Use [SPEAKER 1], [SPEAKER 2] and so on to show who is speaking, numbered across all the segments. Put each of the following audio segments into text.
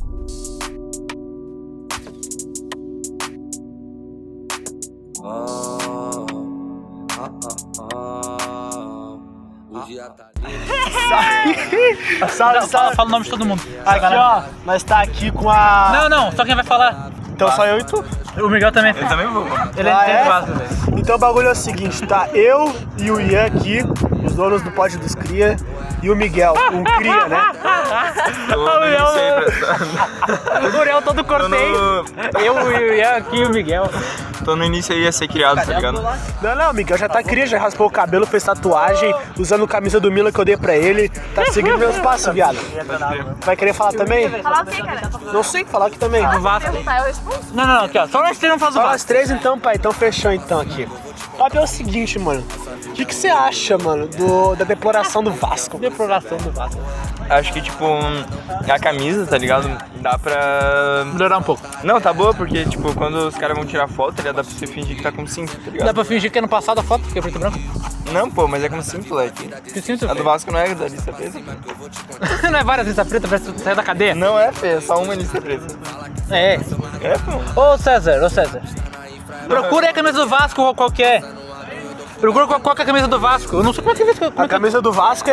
[SPEAKER 1] Salve. Fala o nome de todo mundo.
[SPEAKER 2] Aqui, ó, nós tá aqui com a...
[SPEAKER 1] Não, só quem vai falar.
[SPEAKER 2] Então só eu e tu.
[SPEAKER 1] O Miguel também.
[SPEAKER 3] Eu também vou.
[SPEAKER 1] Ele é do Vasco, velho.
[SPEAKER 2] Então o bagulho é o seguinte, tá? Eu e o Ian aqui, os donos do Pod dos Cria, e o Miguel, um cria, né?
[SPEAKER 1] O Muriel todo cortei. Eu e o Ian aqui e o Miguel.
[SPEAKER 3] Tô no início aí a ser criado, tá ligado?
[SPEAKER 2] Não, o Miguel já tá cria, já raspou o cabelo, fez tatuagem, usando a camisa do Milan que eu dei pra ele. Tá seguindo meus passos, viado. Vai querer falar também?
[SPEAKER 4] Falar o quê, cara?
[SPEAKER 2] Não sei, falar aqui também.
[SPEAKER 1] Do Vasco.
[SPEAKER 4] Perguntar, eu respondo.
[SPEAKER 1] Não, aqui ó. Só nós três não fazemos
[SPEAKER 2] Só
[SPEAKER 1] o
[SPEAKER 2] nós
[SPEAKER 1] Vasco.
[SPEAKER 2] três então, pai. Então fechou então aqui. O papo é o seguinte, mano. O que você acha, mano, da deploração do Vasco?
[SPEAKER 1] Deploração do Vasco.
[SPEAKER 3] Acho que, tipo, a camisa, tá ligado? Dá pra...
[SPEAKER 1] Melhorar um pouco.
[SPEAKER 3] Não, tá boa, porque, tipo, quando os caras vão tirar foto, tá ligado? Dá pra você fingir que tá com cinto, tá ligado?
[SPEAKER 1] Dá pra fingir que ano passado a foto fica preto e branco.
[SPEAKER 3] Não, pô, mas é com cinto, moleque.
[SPEAKER 1] Que cinto,
[SPEAKER 3] A do Vasco não é da lista preta.
[SPEAKER 1] Não é várias listas pretas, parece que saiu da cadeia?
[SPEAKER 3] Não é, Fê, é só uma lista preta.
[SPEAKER 1] É.
[SPEAKER 3] É, pô.
[SPEAKER 1] Ô César. Procura aí a camisa do Vasco, qual que é. Procura qual que é a camisa do Vasco. Eu não sei como é que é isso.
[SPEAKER 2] A camisa do Vasco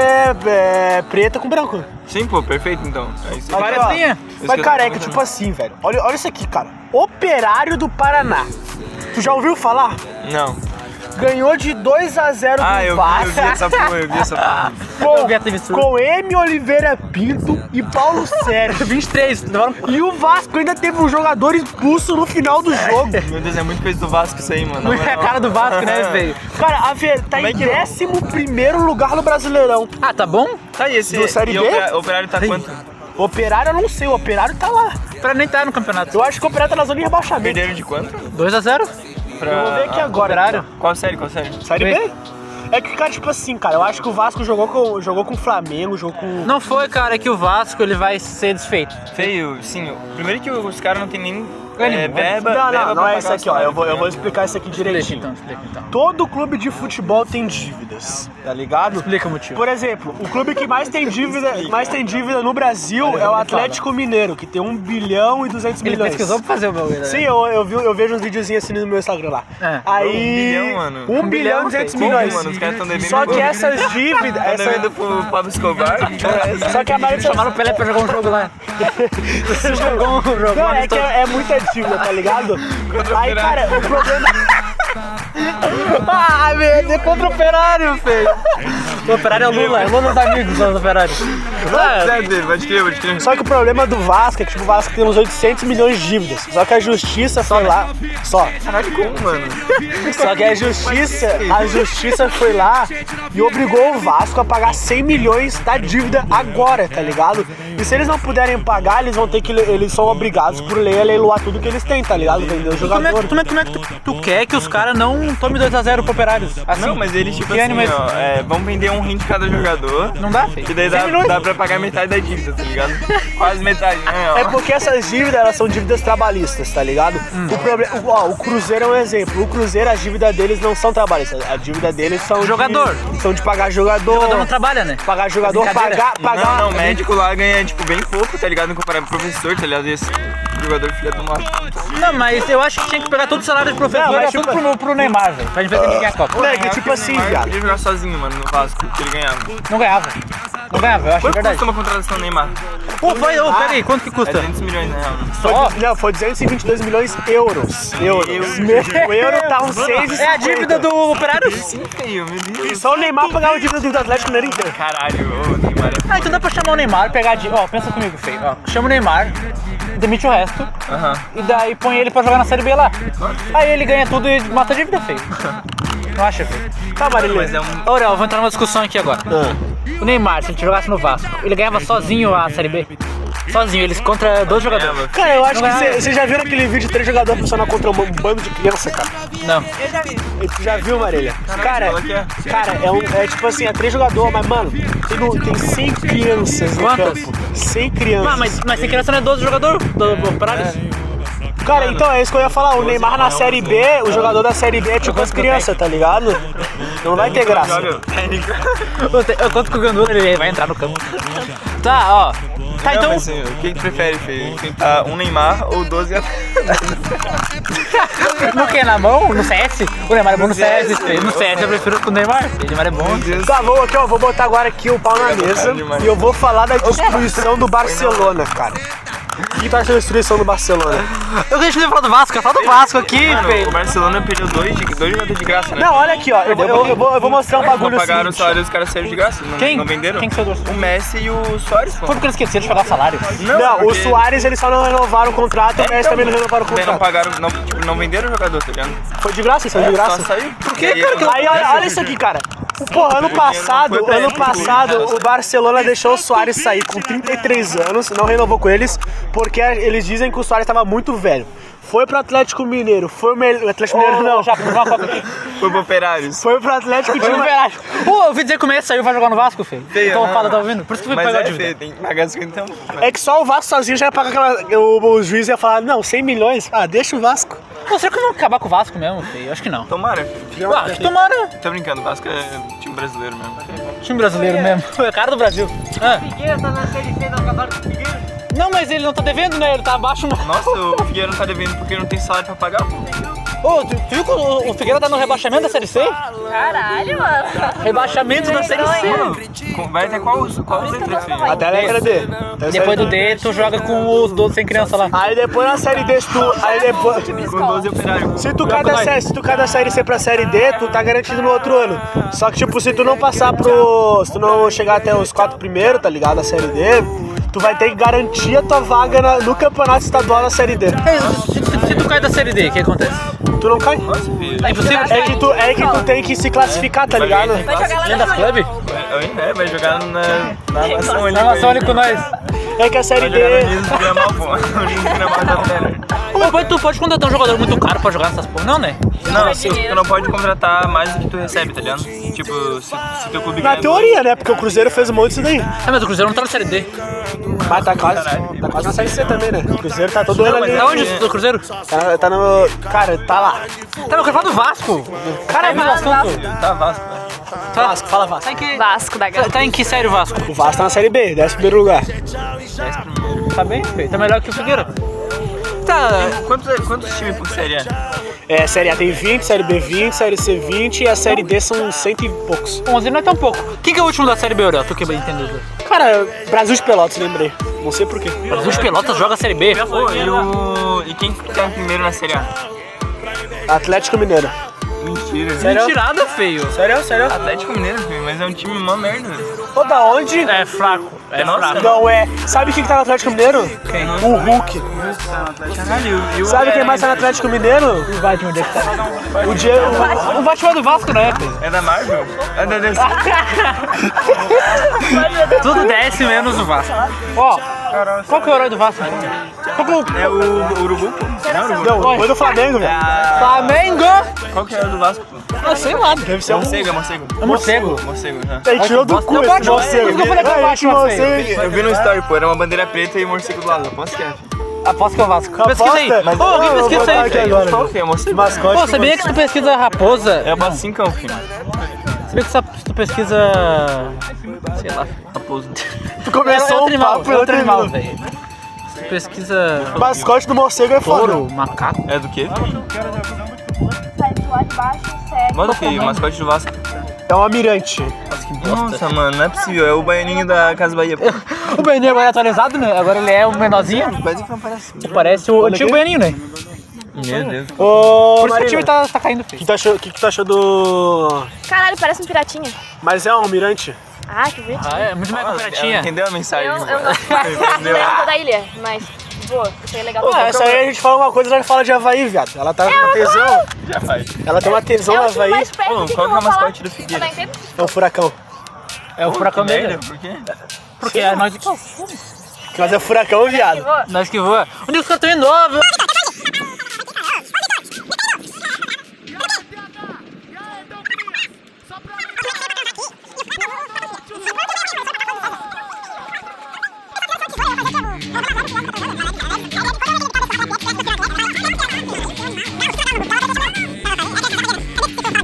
[SPEAKER 2] é preta com branco.
[SPEAKER 3] Sim, pô, perfeito, então. É isso aí.
[SPEAKER 1] Várias
[SPEAKER 2] Aqui, ó.
[SPEAKER 1] linhas.
[SPEAKER 2] Mas careca, tipo assim, velho. Olha isso aqui, cara. Operário do Paraná. Tu já ouviu falar?
[SPEAKER 3] Não.
[SPEAKER 2] Ganhou de 2-0 do
[SPEAKER 3] eu
[SPEAKER 2] Vasco.
[SPEAKER 3] vi essa porra, eu vi essa porra.
[SPEAKER 1] Eu vi a TV Sul.
[SPEAKER 2] Com M. Oliveira Pinto e Paulo Sérgio.
[SPEAKER 1] 23.
[SPEAKER 2] E o Vasco ainda teve um jogador expulso no final do jogo.
[SPEAKER 3] Meu Deus, é muito coisa do Vasco isso aí, mano.
[SPEAKER 1] É a cara do Vasco, né, velho?
[SPEAKER 2] Cara, a Ver tá
[SPEAKER 3] Como é
[SPEAKER 2] em
[SPEAKER 3] que-
[SPEAKER 2] 11º lugar no Brasileirão.
[SPEAKER 1] Ah, tá bom?
[SPEAKER 3] Tá, e esse
[SPEAKER 2] Do Série
[SPEAKER 3] e
[SPEAKER 2] B?
[SPEAKER 3] o Operário tá quanto?
[SPEAKER 2] O Operário eu não sei, o Operário tá lá.
[SPEAKER 1] Pra nem estar no campeonato.
[SPEAKER 2] Eu acho que o Operário tá na zona de rebaixamento.
[SPEAKER 3] Perderam de quanto?
[SPEAKER 1] 2-0.
[SPEAKER 2] Eu vou ver aqui agora.
[SPEAKER 1] Operário.
[SPEAKER 3] Qual série, qual série?
[SPEAKER 2] Série B? É que, cara, tipo assim, cara, eu acho que o Vasco jogou com o Flamengo, jogou com...
[SPEAKER 1] Não foi, cara, é que o Vasco ele vai ser desfeito.
[SPEAKER 3] Feio, sim. Primeiro que os caras não tem nem
[SPEAKER 1] Ânimo,
[SPEAKER 3] verba.
[SPEAKER 2] Não
[SPEAKER 3] verba pra
[SPEAKER 2] é isso
[SPEAKER 3] pagar
[SPEAKER 2] aqui, ó.
[SPEAKER 3] salário,
[SPEAKER 2] Eu vou
[SPEAKER 3] tá ligado?
[SPEAKER 2] explicar isso aqui direitinho.
[SPEAKER 1] Explica então.
[SPEAKER 2] Todo clube de futebol tem dívidas, tá ligado?
[SPEAKER 1] Explica o motivo.
[SPEAKER 2] Por exemplo, o clube que mais tem dívida no Brasil é o Atlético Mineiro, que tem 1 bilhão e 200
[SPEAKER 1] Ele
[SPEAKER 2] milhões.
[SPEAKER 1] pesquisou pra fazer o bagulho, né?
[SPEAKER 2] Sim, eu vejo uns videozinhos assim no meu Instagram lá.
[SPEAKER 1] É.
[SPEAKER 2] Aí...
[SPEAKER 3] 1 bilhão, mano.
[SPEAKER 2] 1 bilhão e 200 milhões.
[SPEAKER 3] Mano, os caras tão devendo.
[SPEAKER 2] Só que essas dívidas...
[SPEAKER 3] Tá devendo pro Pablo Escobar?
[SPEAKER 2] Só que a maioria
[SPEAKER 1] Chamaram o Pelé pra jogar um jogo lá. Jogou um jogo.
[SPEAKER 2] Não, é que é muita dívida, tá ligado? Aí, cara, o problema...
[SPEAKER 1] Ah, meu Deus, contra o Operário, feio. O Operário é o Lula dos amigos dos Operários.
[SPEAKER 3] Pode crer.
[SPEAKER 2] Só que o problema do Vasco é que tipo, o Vasco tem uns 800 milhões de dívidas. Só que a justiça foi lá... Só.
[SPEAKER 3] Caralho, como, mano?
[SPEAKER 2] Só que a justiça foi lá e obrigou o Vasco a pagar 100 milhões da dívida agora, tá ligado? E se eles não puderem pagar, eles vão ter que... Eles são obrigados por lei a leiloar tudo que eles têm, tá ligado? Vender o
[SPEAKER 1] Como é
[SPEAKER 2] jogador.
[SPEAKER 1] que tu quer que os caras não tomem 2-0 pro Operários? Assim,
[SPEAKER 3] Não, mas eles, tipo
[SPEAKER 1] que
[SPEAKER 3] assim,
[SPEAKER 1] animais-
[SPEAKER 3] ó, vamos vender um rim de cada jogador.
[SPEAKER 1] Não dá, feio.
[SPEAKER 3] Que daí
[SPEAKER 1] 100 milhões.
[SPEAKER 3] dá pra pagar metade da dívida, tá ligado? Quase metade, né? ó.
[SPEAKER 2] É porque essas dívidas, elas são dívidas trabalhistas, tá ligado? O problema, o Cruzeiro é um exemplo. O Cruzeiro, as dívidas deles não são trabalhistas. A dívida deles são
[SPEAKER 1] Jogador.
[SPEAKER 2] são de pagar jogador.
[SPEAKER 1] O jogador não trabalha, né?
[SPEAKER 2] Pagar jogador,
[SPEAKER 1] Brincadeira.
[SPEAKER 2] pagar.
[SPEAKER 3] Não, médico lá ganha, tipo, bem pouco, tá ligado? Comparado com professor, tá ligado? E esse jogador filha do mar.
[SPEAKER 1] Não, mas eu acho que tinha que pegar todo o salário do professor
[SPEAKER 2] Não,
[SPEAKER 1] e
[SPEAKER 2] mas
[SPEAKER 1] dar
[SPEAKER 2] tipo-
[SPEAKER 1] tudo pro Neymar, velho. Pra gente ver quem ganha a Copa.
[SPEAKER 2] Não, é que tipo assim,
[SPEAKER 3] Neymar
[SPEAKER 2] viado.
[SPEAKER 3] podia jogar sozinho, mano, no Vasco, que ele ganhava.
[SPEAKER 1] Não ganhava, eu acho
[SPEAKER 3] Quanto
[SPEAKER 1] verdade.
[SPEAKER 3] custa uma contratação do Neymar?
[SPEAKER 1] Pô, pera aí, quanto que
[SPEAKER 3] É
[SPEAKER 1] custa?
[SPEAKER 3] 200 milhões, na real. né?
[SPEAKER 1] Só?
[SPEAKER 2] Não, foi 222 milhões euros. O euro tá uns 6,50.
[SPEAKER 1] É a dívida do Operário?
[SPEAKER 3] Sim, feio, meu Deus.
[SPEAKER 2] Só o Neymar pagava a dívida do Atlético Mineiro inteiro.
[SPEAKER 3] Caralho, ô, Neymar.
[SPEAKER 1] Ah, então dá pra chamar o Neymar, pegar a dívida. Ó, pensa comigo, feio. Ó, chama o Neymar, demite o resto,
[SPEAKER 3] Aham.
[SPEAKER 1] e daí põe ele pra jogar na Série B lá. Aí ele ganha tudo e mata a dívida, feio. Não acha, feio?
[SPEAKER 2] Tá, Marília.
[SPEAKER 3] Mas é um...
[SPEAKER 1] Olha, eu vou entrar numa discussão aqui agora. O Neymar, se ele jogasse no Vasco, ele ganhava sozinho a Série B? Sozinho, eles contra 12 jogadores.
[SPEAKER 2] Cara, eu acho
[SPEAKER 1] Não
[SPEAKER 2] que
[SPEAKER 1] ganhava.
[SPEAKER 2] você já viu aquele vídeo de 3 jogadores funcionando contra um bando de criança, cara?
[SPEAKER 1] Não.
[SPEAKER 2] Tu já viu, Marília? Cara,
[SPEAKER 3] fala que é.
[SPEAKER 2] é tipo assim, é 3 jogadores, mas mano, tem 100 crianças no
[SPEAKER 1] Quantas?
[SPEAKER 2] campo. 100 crianças.
[SPEAKER 1] Ah, mas sem criança não é 12 jogadores do Operário?
[SPEAKER 2] Cara, então é isso que eu ia falar. O Neymar na Série B, o jogador da Série B é tipo as crianças, tá ligado? Não vai ter graça.
[SPEAKER 3] Joga.
[SPEAKER 1] Eu conto que o Gandula ele vai entrar no campo. Tá, ó. Tá, então...
[SPEAKER 3] Mas, o que tu prefere, Fê? Tentar um Neymar ou 12
[SPEAKER 1] No que? Na mão? No CS? O Neymar é bom no CS, Fê. No CS eu prefiro o Neymar. O Neymar é bom.
[SPEAKER 2] Tá, vou botar agora aqui o pau na mesa e eu vou falar da destruição do Barcelona, cara. O que tu acha da destruição do Barcelona?
[SPEAKER 1] Eu deixo de falar do Vasco, fala do Vasco aqui,
[SPEAKER 3] Mano,
[SPEAKER 1] Fê.
[SPEAKER 3] o Barcelona perdeu dois jogadores de graça, né?
[SPEAKER 2] Não, olha aqui, ó. Eu vou mostrar um bagulho
[SPEAKER 3] Não pagaram o
[SPEAKER 2] assim.
[SPEAKER 3] salário dos caras saíram de graça.
[SPEAKER 1] Quem?
[SPEAKER 3] Não venderam?
[SPEAKER 1] Quem que foi o
[SPEAKER 3] O Messi e o Soares, pô.
[SPEAKER 1] Foi porque eles esqueceram de pagar o salário.
[SPEAKER 2] Não, o
[SPEAKER 3] porque
[SPEAKER 2] Suárez eles só não renovaram o contrato, o Messi também não renovaram o
[SPEAKER 3] Daí não
[SPEAKER 2] contrato.
[SPEAKER 3] pagaram, não venderam o jogador, tá ligado?
[SPEAKER 2] Foi de graça, isso é de
[SPEAKER 3] Só
[SPEAKER 2] graça.
[SPEAKER 3] saiu.
[SPEAKER 1] Por que, cara? Que
[SPEAKER 2] Aí olha isso aqui, cara. Pô, ano passado, o Barcelona deixou o Suárez sair com 33 anos, não renovou com eles, porque eles dizem que o Suárez estava muito velho. Foi pro Atlético Mineiro, foi o melhor. Atlético Mineiro não.
[SPEAKER 1] Já, uma copa aqui.
[SPEAKER 3] Foi pro Operários.
[SPEAKER 2] Foi pro Atlético de
[SPEAKER 1] Foi no Verás. Eu ouvi dizer que o Messi saiu e vai jogar no Vasco, Fê.
[SPEAKER 3] Feio,
[SPEAKER 1] Então
[SPEAKER 3] não.
[SPEAKER 1] fala, tá ouvindo? Por isso que foi
[SPEAKER 3] Mas
[SPEAKER 1] pagar a
[SPEAKER 3] é,
[SPEAKER 1] dívida.
[SPEAKER 3] Fê, tem que pagar as coisas então.
[SPEAKER 2] É que só o Vasco sozinho já ia pagar aquela. O juiz ia falar, não, 100 milhões, deixa o Vasco.
[SPEAKER 1] Pô, será que vão acabar com o Vasco mesmo, Fê? Eu acho que não.
[SPEAKER 3] Tomara.
[SPEAKER 1] Ah, que tomara.
[SPEAKER 3] Tô brincando, o Vasco é time brasileiro mesmo.
[SPEAKER 1] Time brasileiro mesmo. É cara do Brasil. Ah. Não, mas ele não tá devendo, né? Ele tá abaixo.
[SPEAKER 3] Nossa, o Figueira não tá devendo porque não tem salário pra pagar.
[SPEAKER 1] Ô, tu viu que o Figueira tá no rebaixamento da Série C?
[SPEAKER 4] Caralho, mano.
[SPEAKER 1] Rebaixamento da Série C.
[SPEAKER 3] Vai até qual letra, filho?
[SPEAKER 2] Até a letra D.
[SPEAKER 1] Depois do D, tu joga com os 12 sem criança lá.
[SPEAKER 2] Aí depois na série D, aí depois.
[SPEAKER 3] Com 12 operários.
[SPEAKER 2] Se tu cai da série C pra série D, tu tá garantido no outro ano. Só que tipo, se tu não passar se tu não chegar até os 4 primeiros, tá ligado? Da série D, tu vai ter que garantir a tua vaga no campeonato estadual da série D.
[SPEAKER 1] Se tu cai da Série D, o que acontece?
[SPEAKER 2] Tu não cai?
[SPEAKER 3] Nossa, filho.
[SPEAKER 1] É impossível.
[SPEAKER 2] É que tu tem que se classificar, tá ligado?
[SPEAKER 4] Vai jogar lá
[SPEAKER 1] Lendas
[SPEAKER 4] na
[SPEAKER 1] Club?
[SPEAKER 3] Vai jogar na nação ali.
[SPEAKER 1] Na nação ali com nós.
[SPEAKER 2] É que a série
[SPEAKER 3] Vai jogar no
[SPEAKER 2] D.
[SPEAKER 3] Liso do Gramal, pô. No Liso do Gramal da Pena.
[SPEAKER 1] Pô, tu pode contratar um jogador muito caro pra jogar nessas porra, não, né?
[SPEAKER 3] Não, tu não pode contratar mais do que tu recebe, tá ligado? Tipo, se teu clube
[SPEAKER 2] Na
[SPEAKER 3] ganha
[SPEAKER 2] teoria, né? Porque o Cruzeiro fez um monte disso daí.
[SPEAKER 1] É, mas o Cruzeiro não tá na Série D.
[SPEAKER 2] Mas tá quase na série C também, né? O Cruzeiro tá todo ano ali.
[SPEAKER 1] Tá onde o Cruzeiro?
[SPEAKER 2] Tá no. Cara, tá lá.
[SPEAKER 1] Tá, eu quero falar do Vasco. Caralho, mas o assunto.
[SPEAKER 3] Tá Vasco, né?
[SPEAKER 2] Vasco, fala Vasco.
[SPEAKER 1] Tá em que,
[SPEAKER 4] Vasco da Gama.
[SPEAKER 1] tá em que série o Vasco?
[SPEAKER 2] O Vasco tá na série B, 11º lugar.
[SPEAKER 1] Tá bem, feio. Tá melhor que o Figueira. Tá.
[SPEAKER 3] Quantos times por série é?
[SPEAKER 2] É, série A tem 20, série B 20, série C 20 e a série D são 100 e poucos.
[SPEAKER 1] 11 não é tão pouco. Quem que é o último da Série B, Aurel? Tu que bem entendeu.
[SPEAKER 2] Cara, Brasil de Pelotas, lembrei. Não sei porquê.
[SPEAKER 1] Brasil de Pelotas joga a Série B.
[SPEAKER 3] Pô, e quem tá em primeiro na série A?
[SPEAKER 2] Atlético Mineiro.
[SPEAKER 3] Mentira.
[SPEAKER 1] Mentirada, feio.
[SPEAKER 2] Sério?
[SPEAKER 3] Atlético Mineiro, filho, mas é um time mó merda.
[SPEAKER 2] Ô, da onde?
[SPEAKER 1] É fraco. É
[SPEAKER 3] Nossa.
[SPEAKER 1] fraco.
[SPEAKER 2] Não é. Sabe quem que tá no Atlético Mineiro?
[SPEAKER 1] Quem?
[SPEAKER 2] O Hulk.
[SPEAKER 3] Caralho, e o
[SPEAKER 2] Sabe quem mais tá no Atlético Mineiro?
[SPEAKER 1] O Batman, onde é que tá?
[SPEAKER 2] O Diego.
[SPEAKER 1] O Batman é do Vasco, né, feio?
[SPEAKER 3] É da Marvel? É da DC.
[SPEAKER 1] Tudo desce menos o Vasco. Ó, qual que é o herói do Vasco? Qual que é
[SPEAKER 3] É o Urubu, pô. Não é o Urubu.
[SPEAKER 2] Não, foi do Flamengo, velho.
[SPEAKER 1] Flamengo?
[SPEAKER 3] Qual que é o do Vasco, pô?
[SPEAKER 1] Ah, sei lá.
[SPEAKER 2] Deve ser um.
[SPEAKER 3] Morcego.
[SPEAKER 1] É morcego.
[SPEAKER 3] Morcego, já.
[SPEAKER 2] Ele tirou do cu
[SPEAKER 1] Eu
[SPEAKER 2] esse
[SPEAKER 1] gosto-
[SPEAKER 2] morcego.
[SPEAKER 1] eu falei que eu
[SPEAKER 2] Aí,
[SPEAKER 1] gosto de morcego.
[SPEAKER 2] morcego.
[SPEAKER 3] Eu vi no story, pô, era uma bandeira preta e morcego do lado. Aposto que é, filho.
[SPEAKER 1] Aposto que é o Vasco. Pesquisa aí.
[SPEAKER 2] Aposta?
[SPEAKER 1] Ô, alguém
[SPEAKER 2] Não, eu
[SPEAKER 1] pesquisa
[SPEAKER 2] vou botar
[SPEAKER 1] aí,
[SPEAKER 2] aqui
[SPEAKER 1] feio.
[SPEAKER 2] agora.
[SPEAKER 3] Qual que é? Morcego?
[SPEAKER 2] Mascote.
[SPEAKER 1] Pô, sabia que se tu pesquisa raposa...
[SPEAKER 3] É a bota 5, filho.
[SPEAKER 1] Sabia que se tu pesquisa... Sei lá.
[SPEAKER 3] Raposo.
[SPEAKER 2] Tu começou
[SPEAKER 1] outro
[SPEAKER 2] um
[SPEAKER 1] animal,
[SPEAKER 2] papo
[SPEAKER 1] é
[SPEAKER 2] e
[SPEAKER 1] outro
[SPEAKER 2] outro
[SPEAKER 1] animal,
[SPEAKER 2] animal.
[SPEAKER 1] velho. Se tu pesquisa...
[SPEAKER 2] Mascote do morcego é foda.
[SPEAKER 1] Touro, macaco...
[SPEAKER 3] É do quê?
[SPEAKER 4] Sai do lado de baixo, segue.
[SPEAKER 3] Manda, filho, mascote do Vasco.
[SPEAKER 2] É um almirante.
[SPEAKER 3] Nossa, mano, não é possível. É o baianinho da Casa Bahia, pô.
[SPEAKER 1] O Baianinho agora é atualizado, né? Agora ele é o menorzinho.
[SPEAKER 3] Quase que não parece.
[SPEAKER 1] Parece o antigo Baianinho, né?
[SPEAKER 3] Meu Deus.
[SPEAKER 2] Ô,
[SPEAKER 1] Por isso que o
[SPEAKER 2] Marina,
[SPEAKER 1] time tá caindo,
[SPEAKER 2] o
[SPEAKER 1] filho.
[SPEAKER 2] que tu achou do...
[SPEAKER 4] Caralho, parece um piratinha.
[SPEAKER 2] Mas é um almirante?
[SPEAKER 4] Ah, que bonitinho.
[SPEAKER 1] Ah, é muito mais
[SPEAKER 3] Ela
[SPEAKER 1] completinha.
[SPEAKER 3] entendeu a mensagem?
[SPEAKER 4] Eu
[SPEAKER 3] pô?
[SPEAKER 4] não lembro da ilha, mas, pô, isso aí é legal.
[SPEAKER 2] Pô, essa aí a gente fala uma coisa, ela fala de Havaí, viado. Ela tá com tesão.
[SPEAKER 3] Já faz.
[SPEAKER 2] Ela tem uma tesão
[SPEAKER 4] É
[SPEAKER 2] no
[SPEAKER 4] o time
[SPEAKER 2] Havaí.
[SPEAKER 4] mais perto
[SPEAKER 3] Ô,
[SPEAKER 4] que
[SPEAKER 3] qual
[SPEAKER 4] eu
[SPEAKER 3] que é
[SPEAKER 4] vou
[SPEAKER 3] o
[SPEAKER 4] falar.
[SPEAKER 3] mascote do Figueira?
[SPEAKER 4] Tá entendendo?
[SPEAKER 2] É um furacão.
[SPEAKER 1] É o furacão
[SPEAKER 3] Que
[SPEAKER 1] dele.
[SPEAKER 3] merda, por quê?
[SPEAKER 1] Porque é nós que...
[SPEAKER 2] Mas é furacão, viado.
[SPEAKER 1] Nós que voa. Onde os caras estão indo? Ó,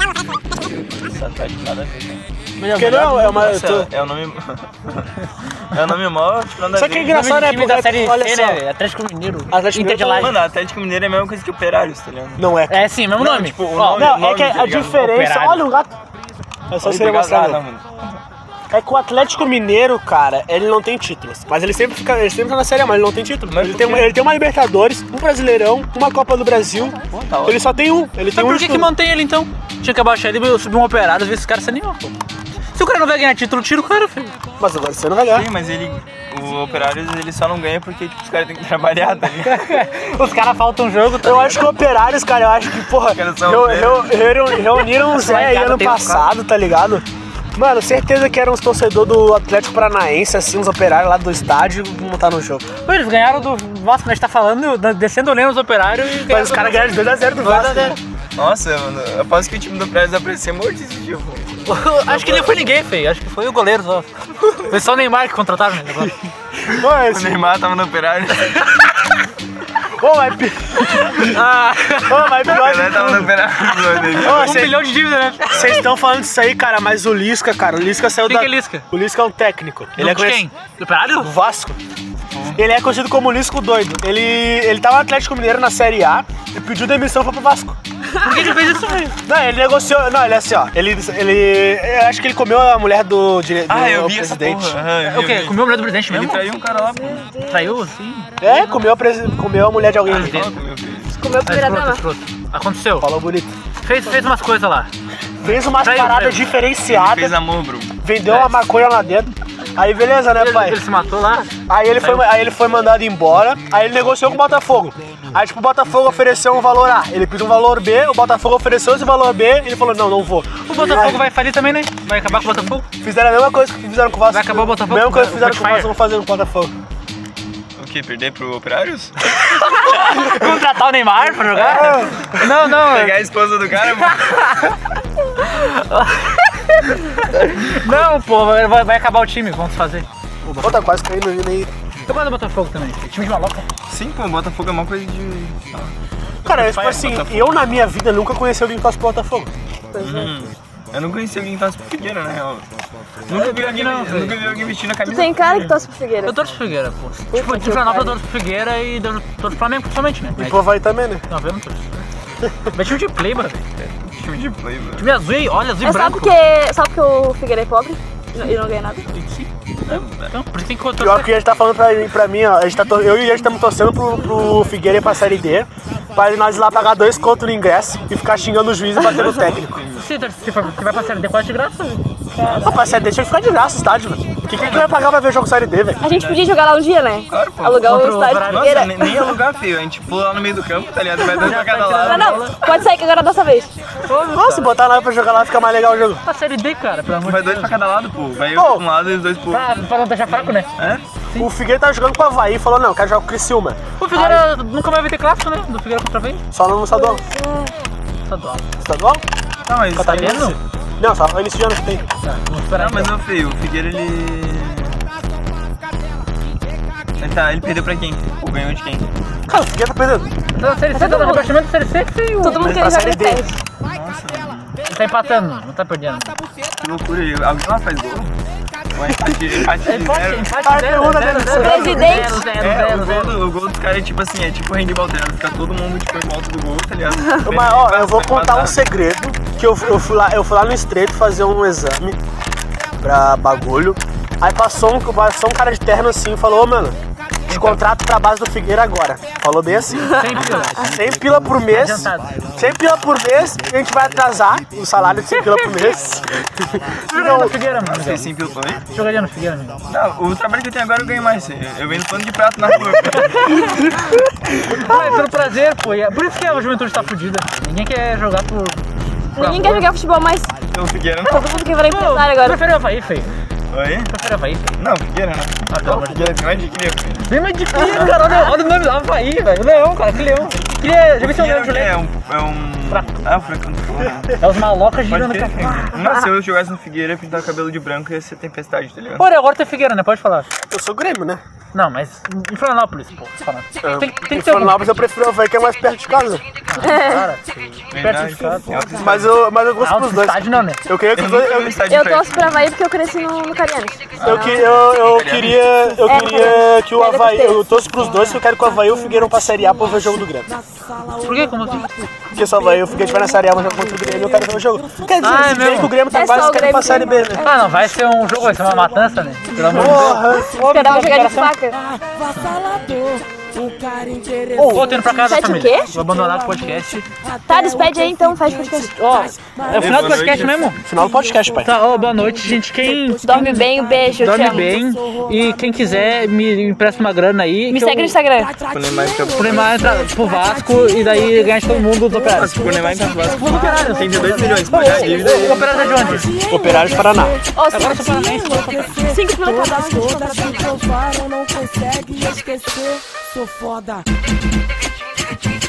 [SPEAKER 3] Essa parte nada a ver.
[SPEAKER 2] Porque não, é uma...
[SPEAKER 3] Nossa, é o nome. É o nome mó, tipo, nada a
[SPEAKER 2] Só que é
[SPEAKER 3] ver.
[SPEAKER 2] engraçado, né?
[SPEAKER 1] Time da série
[SPEAKER 2] Olha
[SPEAKER 1] C,
[SPEAKER 2] só.
[SPEAKER 1] né? Atlético Mineiro.
[SPEAKER 2] Atlético
[SPEAKER 1] Inter de
[SPEAKER 2] Mineiro.
[SPEAKER 1] Laje.
[SPEAKER 3] Mano, Atlético Mineiro é a mesma coisa que Operários, tá ligado?
[SPEAKER 2] Não é.
[SPEAKER 1] É sim, mesmo
[SPEAKER 3] Não,
[SPEAKER 1] nome.
[SPEAKER 3] tipo, o
[SPEAKER 1] Ó,
[SPEAKER 3] nome-
[SPEAKER 2] Não, é que
[SPEAKER 3] tá
[SPEAKER 2] a
[SPEAKER 3] ligado?
[SPEAKER 2] diferença...
[SPEAKER 1] Operário.
[SPEAKER 2] Olha o gato. É só você mostrar.
[SPEAKER 3] mano.
[SPEAKER 2] É que o Atlético Mineiro, cara, ele não tem títulos. Mas ele sempre tá na Série A, mas ele não tem título.
[SPEAKER 3] Mas
[SPEAKER 2] Ele
[SPEAKER 3] por quê?
[SPEAKER 2] tem uma Libertadores, um Brasileirão, uma Copa do Brasil.
[SPEAKER 3] tá ótimo.
[SPEAKER 2] Ele só tem um. Ele tem
[SPEAKER 1] Mas
[SPEAKER 2] um
[SPEAKER 1] por que
[SPEAKER 2] de
[SPEAKER 1] que
[SPEAKER 2] tudo.
[SPEAKER 1] mantém ele então? Tinha que abaixar ele e subir um Operário, às vezes esse cara se anima, pô. Se o cara não vai ganhar título, tira o cara, filho.
[SPEAKER 2] Mas agora você não vai ganhar.
[SPEAKER 3] Sim, mas o Operários ele só não ganha porque tipo, os caras têm que trabalhar, tá ligado?
[SPEAKER 1] Os caras faltam um jogo, tá
[SPEAKER 2] Eu
[SPEAKER 1] ligado?
[SPEAKER 2] acho que Operários, cara, eu acho que, porra,
[SPEAKER 3] caras são
[SPEAKER 2] reuniram o Zé aí
[SPEAKER 1] Lá em casa
[SPEAKER 2] ano
[SPEAKER 1] tem uns
[SPEAKER 2] passado, tá ligado? Mano, certeza que eram os torcedores do Atlético Paranaense, assim, os operários lá do estádio, vão estar no jogo.
[SPEAKER 1] Pô, eles ganharam do Vasco, a gente tá falando, descendo olhando os Operários e
[SPEAKER 2] Mas os caras ganharam de 2x0 do Vasco.
[SPEAKER 1] 2x0.
[SPEAKER 3] Nossa, mano, eu aposto que o time do Operários vai aparecer morto esse dia, pô.
[SPEAKER 1] Acho que nem foi ninguém, feio. Acho que foi o goleiro só. Foi só o Neymar que contrataram ele agora.
[SPEAKER 2] Ô,
[SPEAKER 3] O
[SPEAKER 2] esse...
[SPEAKER 3] Neymar tava no Operário.
[SPEAKER 2] Ô, mas...
[SPEAKER 1] Ah,
[SPEAKER 2] Ô, mas
[SPEAKER 3] O
[SPEAKER 2] pior
[SPEAKER 3] Pelé
[SPEAKER 2] de
[SPEAKER 3] tava no
[SPEAKER 2] tudo...
[SPEAKER 3] Operário.
[SPEAKER 2] Ô,
[SPEAKER 1] 1
[SPEAKER 2] cê-
[SPEAKER 1] milhão de dívida, né?
[SPEAKER 2] Vocês estão falando disso aí, cara, mas o Lisca, cara, o Lisca saiu
[SPEAKER 1] Quem que é Lisca?
[SPEAKER 2] O Lisca é um técnico. Ele é
[SPEAKER 1] De quem? Do Operário?
[SPEAKER 2] do Vasco. Ele é conhecido como Lisco doido. Ele tava no Atlético Mineiro na Série A e pediu demissão e foi pro Vasco.
[SPEAKER 1] Por que ele fez isso, velho?
[SPEAKER 2] Não, ele negociou. Não, ele é assim, ó. Eu acho que ele comeu a mulher do
[SPEAKER 3] Eu vi essa
[SPEAKER 2] presidente.
[SPEAKER 3] porra. Aham, eu
[SPEAKER 1] O quê?
[SPEAKER 3] vi.
[SPEAKER 1] Comeu a mulher do presidente
[SPEAKER 3] Ele
[SPEAKER 1] mesmo?
[SPEAKER 3] traiu um cara lá, pô.
[SPEAKER 1] Traiu, sim.
[SPEAKER 2] É, comeu a mulher de alguém.
[SPEAKER 1] dele.
[SPEAKER 3] Fala com meu filho.
[SPEAKER 4] Comeu a primeira
[SPEAKER 1] Escroto,
[SPEAKER 4] dama.
[SPEAKER 1] escroto. Aconteceu.
[SPEAKER 2] Falou bonito.
[SPEAKER 1] Fez umas coisas lá.
[SPEAKER 2] Fez umas
[SPEAKER 1] Traiu,
[SPEAKER 2] paradas
[SPEAKER 1] traiu.
[SPEAKER 3] Fez
[SPEAKER 2] diferenciadas,
[SPEAKER 3] amor, bro.
[SPEAKER 2] vendeu uma maconha lá dentro. Aí beleza, né, pai?
[SPEAKER 1] Ele se matou lá.
[SPEAKER 2] Aí ele foi mandado embora, aí ele negociou com o Botafogo. Aí tipo, o Botafogo ofereceu um valor A, ele pediu um valor B, o Botafogo ofereceu esse valor B, ele falou, não vou.
[SPEAKER 1] O Botafogo vai falir também, né? Vai acabar com o Botafogo.
[SPEAKER 2] Fizeram a mesma coisa que fizeram com o Vasco.
[SPEAKER 1] Vai acabar o Botafogo?
[SPEAKER 2] Mesma coisa que fizeram com o
[SPEAKER 1] Fire.
[SPEAKER 2] Vasco, vão fazer com o Botafogo.
[SPEAKER 3] O quê? Perder pro Operários?
[SPEAKER 1] Contratar o Neymar pra jogar? Não.
[SPEAKER 3] Pegar a esposa do cara, pô.
[SPEAKER 1] Não, pô, vai acabar o time, vamos fazer.
[SPEAKER 2] Pô, tá quase caindo aí.
[SPEAKER 1] Eu gosto do Botafogo também, time de maloca.
[SPEAKER 3] Sim, pô, o Botafogo é uma coisa de...
[SPEAKER 2] Cara, tipo assim, eu na minha vida nunca conheci alguém que torce pro Botafogo.
[SPEAKER 3] Eu não conheci alguém que torce pro Figueira, na real. Nunca vi alguém vestindo a
[SPEAKER 4] Tu
[SPEAKER 3] camisa.
[SPEAKER 4] tem cara que torce pro Figueira.
[SPEAKER 1] Eu torço pro Figueira, pô. Tipo, de Florianópolis eu torço pro Figueira e eu torço pro Flamengo principalmente, né?
[SPEAKER 2] E pro Havaí também, né?
[SPEAKER 1] Não, eu não torço. Mas time de play, mano.
[SPEAKER 3] Time de play, mano.
[SPEAKER 1] Time azul e olha, azul e
[SPEAKER 4] É só
[SPEAKER 1] branco.
[SPEAKER 4] porque o Figueira é pobre e não ganha nada.
[SPEAKER 1] Então, por isso tem que
[SPEAKER 2] Pior
[SPEAKER 1] torcer.
[SPEAKER 2] que a gente tá falando pra mim, ó. Eu e a gente estamos torcendo pro Figueira ir pra Série D, pra nós ir lá pagar 2 conto no ingresso e ficar xingando o juiz e batendo no técnico.
[SPEAKER 1] Se vai pra série D, quase de graça.
[SPEAKER 2] Pô, pra Série D tinha que ficar de graça o estádio, velho. O que vai pagar pra ver o jogo Série D, velho?
[SPEAKER 4] A gente podia jogar lá um dia, né?
[SPEAKER 3] Claro, pô.
[SPEAKER 4] Alugar
[SPEAKER 1] Contra
[SPEAKER 4] o
[SPEAKER 1] o
[SPEAKER 4] estádio
[SPEAKER 1] Operário.
[SPEAKER 4] do Figueira.
[SPEAKER 3] Nossa, nem é lugar feio. A gente pula lá no meio do campo, tá ligado? Vai dando pra cada lado.
[SPEAKER 4] Não, pode sair que agora é dessa vez.
[SPEAKER 2] Nossa, se botar nós pra jogar lá fica mais legal o jogo.
[SPEAKER 1] Pra série D, cara, pelo amor
[SPEAKER 3] Vai
[SPEAKER 1] de
[SPEAKER 3] dois
[SPEAKER 1] Deus.
[SPEAKER 3] pra cada lado, pô. Vai eu
[SPEAKER 2] Pô.
[SPEAKER 3] pra um lado e os dois pro outro.
[SPEAKER 1] Pra não deixar fraco, né?
[SPEAKER 3] É?
[SPEAKER 2] O Figueira tava jogando com o Havaí e falou, não, quero jogar com o Criciúma.
[SPEAKER 1] O Figueira nunca mais vai ter clássico, né? Do Figueira contra vem.
[SPEAKER 2] Só no estadual.
[SPEAKER 1] Estadual.
[SPEAKER 2] Estadual?
[SPEAKER 3] Tá, mas...
[SPEAKER 2] Catarinense? Não, só início de ano que tem.
[SPEAKER 1] Tá, vamos esperar.
[SPEAKER 3] Não, mas não, feio. O Figueira, ele... Ele perdeu pra quem? Ou ganhou de quem?
[SPEAKER 2] Cara, o Figueira tá perdendo.
[SPEAKER 1] Então, série C, tá no rebaixamento da série C, feio.
[SPEAKER 4] Todo mundo
[SPEAKER 2] Mas
[SPEAKER 4] quer
[SPEAKER 2] pra
[SPEAKER 4] jogar
[SPEAKER 2] Série D.
[SPEAKER 4] tênis.
[SPEAKER 1] Ele tá empatando, não tá perdendo.
[SPEAKER 3] Que loucura. Alguém lá faz gol? Ou é empate de
[SPEAKER 1] Empate
[SPEAKER 2] Ah,
[SPEAKER 1] 0,
[SPEAKER 2] pergunta
[SPEAKER 1] 0,
[SPEAKER 2] dele.
[SPEAKER 1] 0,
[SPEAKER 4] Presidente.
[SPEAKER 1] 0,
[SPEAKER 3] É,
[SPEAKER 1] 0, 0.
[SPEAKER 3] o gol dos caras é tipo assim, é tipo handball, tá ligado? Fica todo mundo tipo em volta do gol, tá ligado?
[SPEAKER 2] Mas, ó, eu vou contar um segredo, que eu fui lá no Estreito fazer um exame pra bagulho. Aí passou um cara de terno assim e falou, ô, mano, te contrato pra base do Figueira agora. Falou bem assim. 100 pila por mês.
[SPEAKER 1] Adiantado.
[SPEAKER 2] 100 pila por mês e a gente vai atrasar o salário de 100 pila por mês.
[SPEAKER 1] Jogaria no Figueira, mano.
[SPEAKER 3] Vocês sim pelo play?
[SPEAKER 1] Jogaria no Figueira, amigo.
[SPEAKER 3] Não, o trabalho que eu tenho agora eu ganho mais. Eu vendo pano de prato na rua.
[SPEAKER 1] Ah, é pelo prazer, pô. E é por isso que a juventude tá fudida. Ninguém quer jogar por...
[SPEAKER 4] Ninguém quer jogar futebol mais.
[SPEAKER 3] Então, Figueira não.
[SPEAKER 4] Todo mundo quer virar
[SPEAKER 1] Pô,
[SPEAKER 4] empresário agora.
[SPEAKER 1] prefere o Havaí, feio.
[SPEAKER 3] Oi?
[SPEAKER 1] Prefere o Havaí, feio.
[SPEAKER 3] Não, Figueira não.
[SPEAKER 1] Ah, pelo amor de Deus.
[SPEAKER 3] Figueira tem mais de cria, filho.
[SPEAKER 1] Bem mais difícil, cara. Olha o nome do Havaí, velho. O leão, cara. Que leão. Já vi seu leão de
[SPEAKER 3] Figueira
[SPEAKER 1] leão.
[SPEAKER 3] é um... Ah, o Franco não falou, né?
[SPEAKER 1] É os malocas
[SPEAKER 3] Pode
[SPEAKER 1] girando
[SPEAKER 3] ter.
[SPEAKER 1] café.
[SPEAKER 3] Nossa, se eu jogasse no Figueira, pintar o cabelo de branco ia ser tempestade, tá ligado?
[SPEAKER 1] Pô, agora tem Figueira, né? Pode falar.
[SPEAKER 2] Eu sou Grêmio, né?
[SPEAKER 1] Não, mas em Florianópolis, pô. Tem que
[SPEAKER 2] Em
[SPEAKER 1] ter algum.
[SPEAKER 2] Florianópolis eu prefiro o Havaí, que é mais perto de casa.
[SPEAKER 1] Cara,
[SPEAKER 3] Verdade.
[SPEAKER 1] perto de casa.
[SPEAKER 2] Mas eu gosto
[SPEAKER 1] Alto
[SPEAKER 2] pros dois.
[SPEAKER 1] estádio não, né?
[SPEAKER 2] Eu queria que os dois.
[SPEAKER 4] Eu torço pra Havaí porque eu cresci no Carianos.
[SPEAKER 2] Eu queria que o Havaí. Eu torço pros dois, porque eu quero que o Havaí e o Figueiredo pra Série A pra ver o jogo do Grêmio.
[SPEAKER 1] Por quê? Como assim?
[SPEAKER 2] Porque se o Havaí e o Figueiredo vai na Série A pra jogar contra o Grêmio, eu quero ver o jogo. Quer dizer, se bem que o Grêmio tá
[SPEAKER 4] É só
[SPEAKER 2] quase
[SPEAKER 4] o
[SPEAKER 2] querendo pra Série
[SPEAKER 4] Grêmio
[SPEAKER 2] B, né?
[SPEAKER 1] Ah, não, vai ser um jogo, vai ser uma matança, né? Pelo amor de Deus.
[SPEAKER 4] Esperava jogar de faca.
[SPEAKER 1] Tô indo pra casa,
[SPEAKER 4] Sete o
[SPEAKER 1] família.
[SPEAKER 4] quê?
[SPEAKER 1] Vou abandonar o podcast.
[SPEAKER 4] Tá, despede aí então, faz podcast.
[SPEAKER 1] Ó, é o final do podcast mesmo?
[SPEAKER 2] Final do podcast, pai.
[SPEAKER 1] Tá, ó, boa noite, gente. Quem
[SPEAKER 4] Dorme bem, um beijo, eu te
[SPEAKER 1] dorme
[SPEAKER 4] amo.
[SPEAKER 1] bem e quem quiser me empresta uma grana aí.
[SPEAKER 4] Me
[SPEAKER 1] que
[SPEAKER 4] segue no
[SPEAKER 1] eu-
[SPEAKER 4] Instagram.
[SPEAKER 3] O Neymar fica...
[SPEAKER 1] O Neymar entra pro Vasco e daí ganha de todo mundo dos operários.
[SPEAKER 3] O Neymar fica Vasco.
[SPEAKER 1] Os operários.
[SPEAKER 3] Tem 2 milhões, pagar a dívida
[SPEAKER 1] O operário é de onde?
[SPEAKER 2] Operários Paraná.
[SPEAKER 4] Ó,
[SPEAKER 1] Agora eu sou paranaense, vou comprar.
[SPEAKER 4] 5 pila cada um, a gente
[SPEAKER 5] Todas que provaram não conseguem esquecer, sou foda.